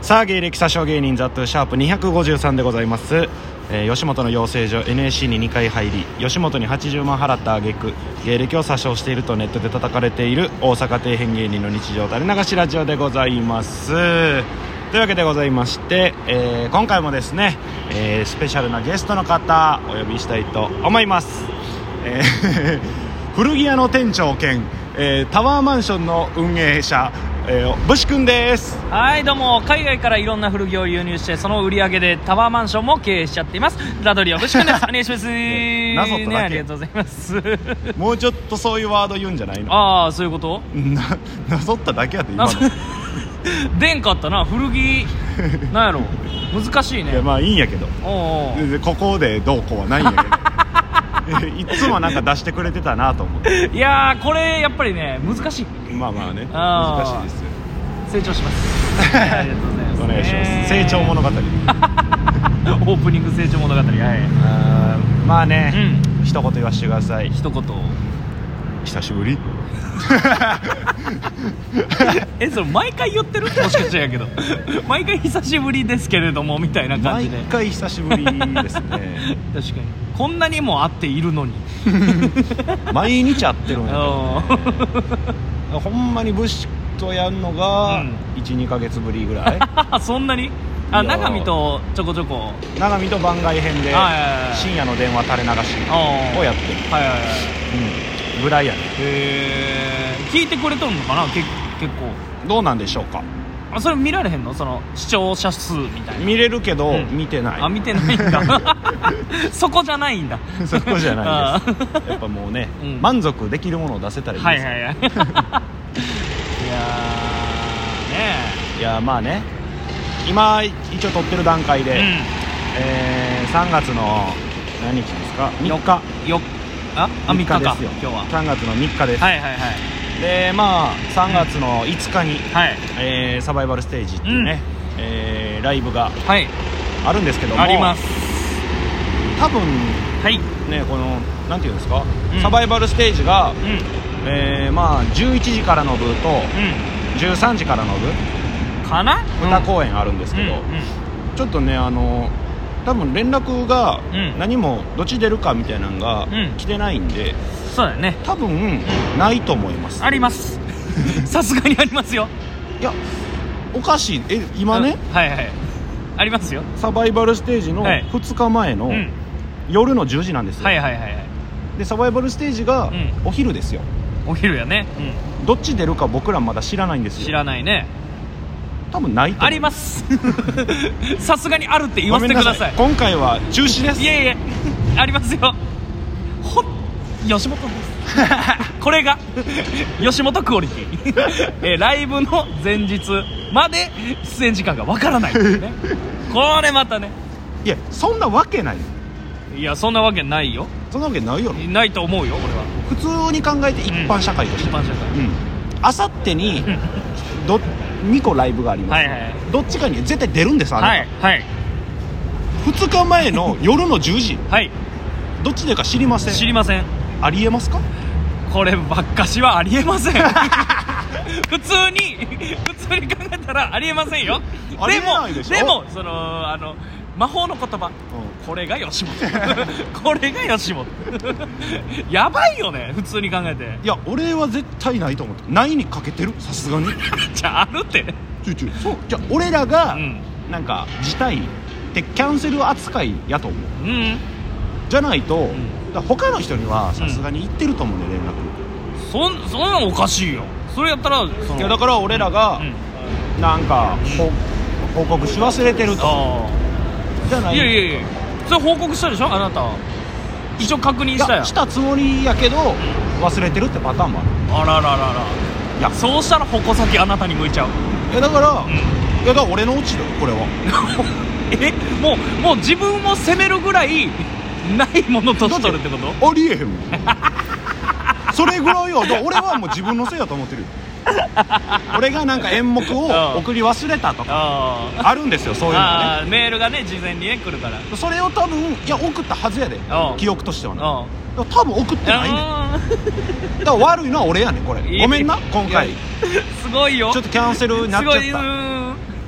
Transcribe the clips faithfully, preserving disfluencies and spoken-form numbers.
さあ芸歴詐称芸人ザットシャープにひゃくごじゅうさんでございます、えー、吉本の養成所 エヌエスシー ににかい入り吉本にはちじゅうまん払った挙句芸歴を詐称しているとネットで叩かれている大阪底辺芸人の日常垂れ流しラジオでございます。というわけでございまして、えー、今回もですね、えー、スペシャルなゲストの方お呼びしたいと思います、えー、古着屋の店長兼、えー、タワーマンションの運営者えー、ブシ君です。 はい、どうも。海外からいろんな古着を輸入してその売り上げでタワーマンションも経営しちゃっていますラドリオブシ君です。お願いしますね、なぞっただけ、 ね、ありがとうございますもうちょっとそういうワード言うんじゃないの。 ああ、そういうこと。 な、なぞっただけやって今の出んかったな。古着なんやろ難しいね。 いやまあいいんやけど、 おうおう、 ここでどうこうはないんやけどいつもなんか出してくれてたなと思って。 いやーこれやっぱりね難しい。 まあまあね、 あ難しいですよ。 成長しますありがとうございます。 お願いします。成長物語オープニング成長物語。はい。 あまあね、うん、一言言わせてください。 一言。 久しぶりえ、それ毎回言ってる？もしかしてやけど毎回久しぶりですけれどもみたいな感じで。 毎回久しぶりですね確かにこんなにも会っているのに毎日会ってるんやけど、ね、ほんまにブシとやるのが いち,に ヶ月ぶりぐらいそんなに。あ、長見とちょこちょこ長見と番外編で深夜の電話垂れ流しをやってる、はいはいはい、うん、ぐらいやね。 へー、聞いてくれとんのかな。結構どうなんでしょうか。 あ、それ見られへんの？その視聴者数みたいな。 見れるけど、うん、見てない。 あ、見てないんだそこじゃないんだそこじゃないですやっぱもうね、うん、満足できるものを出せたらいいですよ。はいはいはいいやーねいやまあね、今一応撮ってる段階で、うん、えー、さんがつの何日ですか。みっかよああみっかですよ。 今日はさんがつのみっかです。 はいはいはい。 でまあさんがつのいつかに、うん、はい、えー、サバイバルステージっていうね、うん、えー、ライブがあるんですけども、 あります。 多分、はい、ね、このなんていうんですか、うん、サバイバルステージが、うん、えー、まあじゅういちじからの部と、うん、じゅうさんじからの部かな歌公演あるんですけど、うんうん、ちょっとねあの多分連絡が何もどっち出るかみたいなのが来てないんで、うん、 そうだよね、 多分ないと思います。 ありますさすがにありますよ。 いやおかしい。え今ね、 うん、はいはいありますよ。 サバイバルステージのふつかまえの夜のじゅうじなんですよ。 はいはいはいはい。 でサバイバルステージがお昼ですよ、 うん、お昼やね、 うん、どっち出るか僕らまだ知らないんですよ。 知らないね。 多分ないと思う。 ありますさすがにあるって言わせてください。 今回は中止です。 いやいやありますよ。ほ吉本ですこれが吉本クオリティえライブの前日まで出演時間がわからないっていうねこれまたね。 いやそんなわけない。 いやそんなわけないよ。 そんなわけないよ。 ないと思うよこれは。 普通に考えて一般社会として、 うん、一般社会、うん、 あさってにどにこライブがあります、はいはい、どっちかに絶対出るんです。あなた、はいはい、ふつかまえの夜のじゅうじ、はい、どっちでか知りません。 知りません。 ありえますか。 こればっかしはありえません普通に普通に考えたらありえませんよ。 ありえないでしょ。 でもそのあの魔法の言葉、うん、これが吉本これが吉本やばいよね普通に考えて。 いや俺は絶対ないと思って。ないにかけてるさすがにじゃああるってちょちょそうじゃあ俺らが、うん、なんか辞退ってキャンセル扱いやと思う、うん、じゃないと、うん、だ他の人にはさすがに言ってると思うね、うん、連絡。 そんそんなのおかしいよ。それやったらそのいやだから俺らが、うん、なんか、うん、報告し忘れてるとじゃない。 いやいやいやそれ報告したでしょあなた。一応確認したやん。 したつもりやけど忘れてるってパターンもある。 あらららら。いやそうしたら矛先あなたに向いちゃう。 いやだから、うん、いやだから俺のオチだよこれはえもうもう自分を責めるぐらいないものとしとるってこと？ ありえへんもんそれぐらいよ。俺はもう自分のせいだと思ってるよ俺がなんか演目を送り忘れたとかあるんですよそういうのがね。 メールがね事前にね来るからそれを多分いや送ったはずやで記憶としてはね。多分送ってないねんだから悪いのは俺やねんこれ。ごめんな今回すごいよ。 ちょっとキャンセルになっちゃった。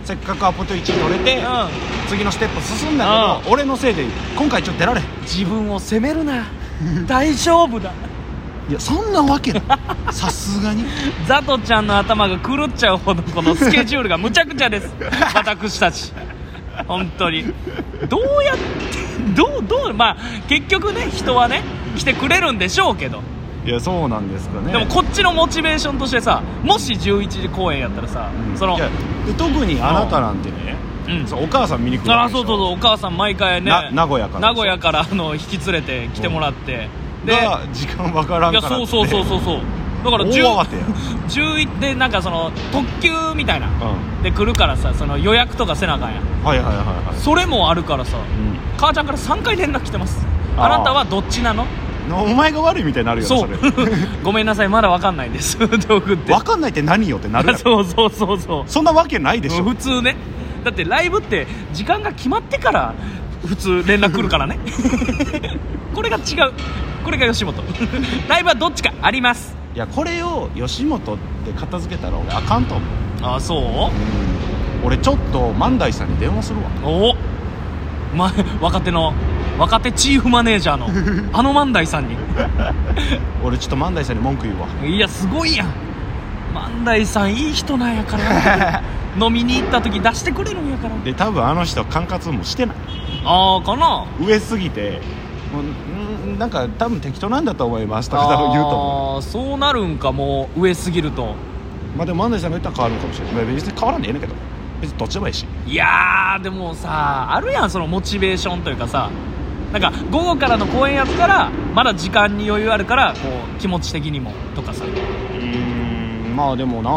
せっかくアポといちい取れて、 うん、 次のステップ進んだけど、俺のせいで今回ちょっと出られへん。 自分を責めるな大丈夫だ。 いやそんなわけないさすがにザトちゃんの頭が狂っちゃうほどこのスケジュールがむちゃくちゃです私たち本当にどうやってどうどうまあ結局ね人はね来てくれるんでしょうけど、 いやそうなんですかね。 でもこっちのモチベーションとしてさ、もしじゅういちじ公演やったらさ、うん、そのいや特にあなたなんてね、うん、そうお母さん見に来るわけでしょ。 あそうそうそう、お母さん毎回ね名古屋から名古屋からあの引き連れて来てもらって、 うん、で時間わからんからって、ね、 いやそうそうそうそうそうだから大慌てやじゅういちでなんかその特急みたいな、うん、で来るからさ、その予約とかせなあかんやん。 はいはいはいはい。 それもあるからさ、うん、母ちゃんからさんかい連絡来てます。あなたはどっちなの？ お前が悪いみたいになるよ。 そうそれごめんなさいまだ分かんないですって送って。 分かんないって何よってなるやろそうそうそうそう、 そんなわけないでしょ普通ね。だってライブって時間が決まってから普通連絡来るからねこれが違う、これが吉本ライブはどっちかあります。 いやこれを吉本で片付けたら俺あかんと思う。 ああそう、うん、 俺ちょっと万代さんに電話するわ。 おお、ま、若手の若手チーフマネージャーのあの万代さんに俺ちょっと万代さんに文句言うわ。 いやすごいやん、万代さんいい人なんやから飲みに行った時出してくれるんやから。 で多分あの人管轄もしてない。 ああかな、 上すぎてもうなんか多分適当なんだと思いますとか多分言うと思う。 ああそうなるんか、もう上すぎると。 まあでも万代さんが言ったら変わるかもしれない。別に変わらんでええねんけど、別にどっちでもいいし。 いやーでもさあるやん、そのモチベーションというかさ、なんか午後からの公演やったらまだ時間に余裕あるからこう気持ち的にもとかさ。 うーんまあでもな、うん、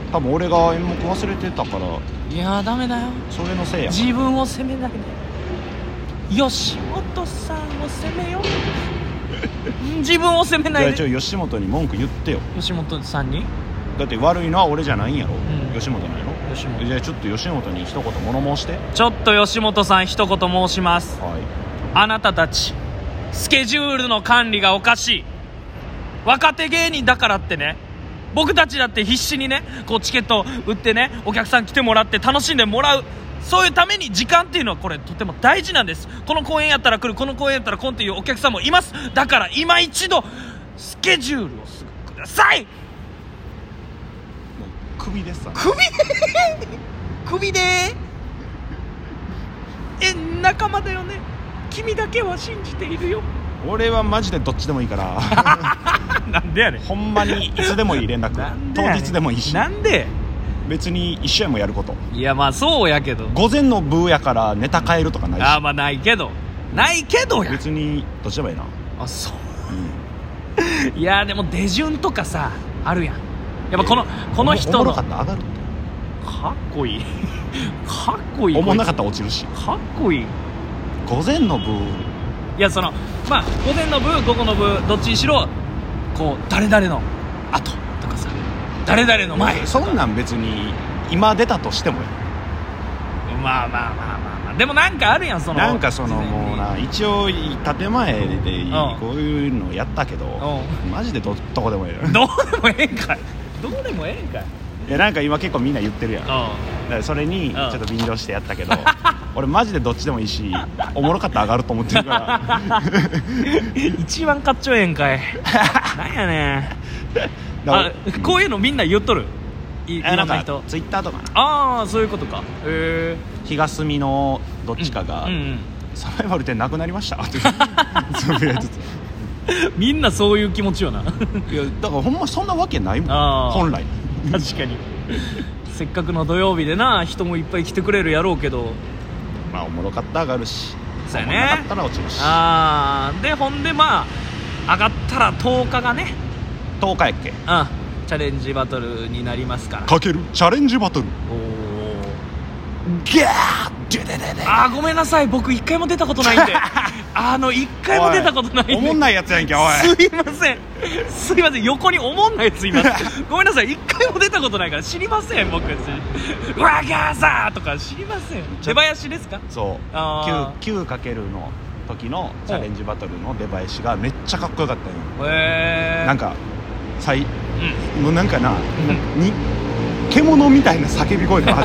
多分俺が演目忘れてたから。 いやーダメだよ、 それのせいや。 自分を責めないで、吉本さんを責めよう自分を責めないで。 いやちょ吉本に文句言ってよ。 吉本さんにだって悪いのは俺じゃないんやろ、うん、吉本なんやろ。 吉本じゃあちょっと吉本に一言物申して。 ちょっと吉本さん一言申します、はい、あなたたちスケジュールの管理がおかしい。若手芸人だからってね、僕たちだって必死にねこうチケット売ってねお客さん来てもらって楽しんでもらう、そういうために時間っていうのはこれとても大事なんです。この公演やったら来る、この公演やったら来んっていうお客さんもいます。だから今一度スケジュールをすぐください。 クビですわ、ね、 クビクビでえ仲間だよね、君だけは信じているよ。 俺はマジでどっちでもいいからなんでやねん、 ほんまにいつでもいい連絡当日でもいいし。 なんで別に一試合もやること。 いやまあそうやけど午前の部やからネタ変えるとかないし。 あまあないけどないけどや別にどっちでもいいな。 あそう、うん、いやでも出順とかさあるやん。やっぱこのこの人のおもろかったら上がるって。 かっこいいかっこいい。 おもんなかったら落ちるし。 かっこいい。 午前の部いやそのまあ午前の部午後の部どっちにしろこう誰々の後とかさ誰々の前。 そんなん別に今出たとしてもよ。 まあまあまあまあまあでもなんかあるやん、そのなんかそのもうな一応建前でこういうのやったけどマジで ど, どこでもええよ。 どうでもええんかいどうでもええんかい。 いやなんか今結構みんな言ってるやん。だからそれにちょっと便乗してやったけど俺マジでどっちでもいいしおもろかったら上がると思ってるから一番かっちょええんかいなんやねんあこういうのみんな言っとる。いろんな人ツイッターとかな。 ああそういうことか。へえ。 日が住みのどっちかが、うんうんうん、サバイバル店なくなりましたってつぶやいてたみんなそういう気持ちよな。 いやだからほんまそんなわけないもん本来。 確かにせっかくの土曜日でな人もいっぱい来てくれるやろうけど、 まあおもろかったら上がるしそうやね、 おもろかったら落ちるし。 あーでほんでまあ上がったらとおかがねとおかやっけ。 うんチャレンジバトルになりますから。 かけるチャレンジバトル。 おおギャーデデデデ。 あーごめんなさい僕一回も出たことないんであの一回も出たことないんで。 おもんないやつやんけおい。 すいませんすいません横におもんないやついますごめんなさい一回も出たことないから知りません僕。うわガーザーとか知りません。出囃子ですか。 そう きゅうかける の時のチャレンジバトルの出囃子がめっちゃかっこよかったよ。 へえ。 なんかさい、うん、もうなんかな、うん、に獣みたいな叫び声がある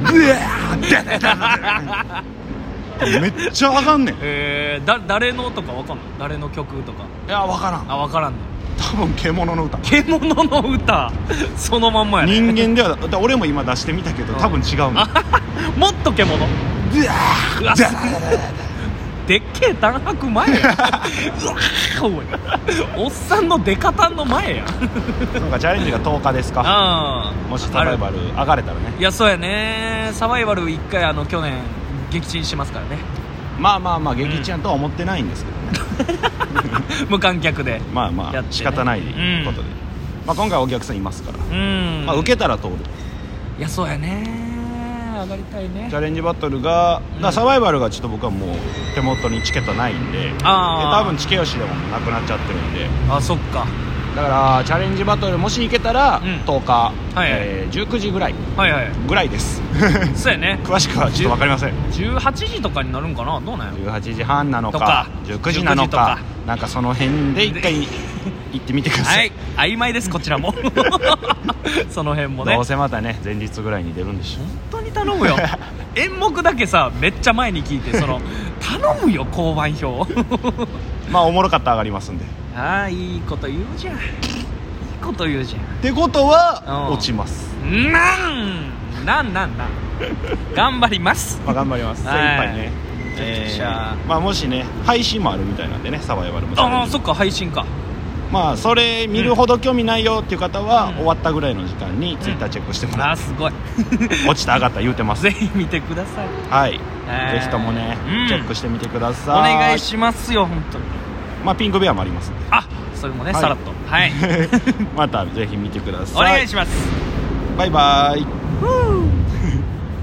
グワーってめっちゃ上がんねん。 えー、だ誰のとかわかんない？誰の曲とか。 いや分からん。 あ、わからんね。 多分獣の歌。 獣の歌そのまんまやね。 人間ではだ俺も今出してみたけど多分違うの。 もっと獣。 グワーうわでっけえ弾白前やうわおいおっさんの出方の前やなんかチャレンジがとおかですか。 あもしサバイバル上がれたらね。 いやそうやね。サバイバルいっかいあの去年撃沈しますからね。 まあまあまあ撃沈とは思ってないんですけどね、 無観客でまあまあ、 やってね、 仕方ないことで、うんまあ、今回お客さんいますから、 うんまあ、受けたら通る。 いやそうやね。上がりたいね。 チャレンジバトルが、 うん、 だからサバイバルがちょっと僕はもう手元にチケットないんで、 あで多分チケヨシでもなくなっちゃってるんで、 あそっか。 だからチャレンジバトルもし行けたら、 うん、 とおか、 はいはいえー、じゅうくじぐらいはいはいぐらいですそうやね。 詳しくはちょっと分かりません。 じゅうはちじとかになるんかな。どうなんやろ。 じゅうはちじはんなのかとかじゅうくじなのかじゅうくじとかなんかその辺で一回行ってみてください。 はい曖昧ですこちらもその辺もね。 どうせまたね前日ぐらいに出るんでしょ。 本当に頼むよ演目だけさめっちゃ前に聞いてその頼むよ交番表まあおもろかったら上がりますんで。 ああいいこと言うじゃん。いいこと言うじゃん。 ってことはうん落ちます。 なんなんなんなん頑張ります。 まあ頑張ります。精一杯ね。 めちゃくちゃ、 えーまあもしね配信もあるみたいなんでねサバイバルも。 ああそっか配信か。 まあそれ見るほど興味ないよっていう方は、 うん終わったぐらいの時間にツイッターチェックしてもらって、 ああすごい落ちた上がった言うてますぜひ見てください。 はい、 えーぜひともね、 うんチェックしてみてくだおさい。 願いしますよ本当に。 まあピンクベアもありますんであそれもね、 はいさらっとはいまたぜひ見てください。 お願いします。 バイバイ。 ふう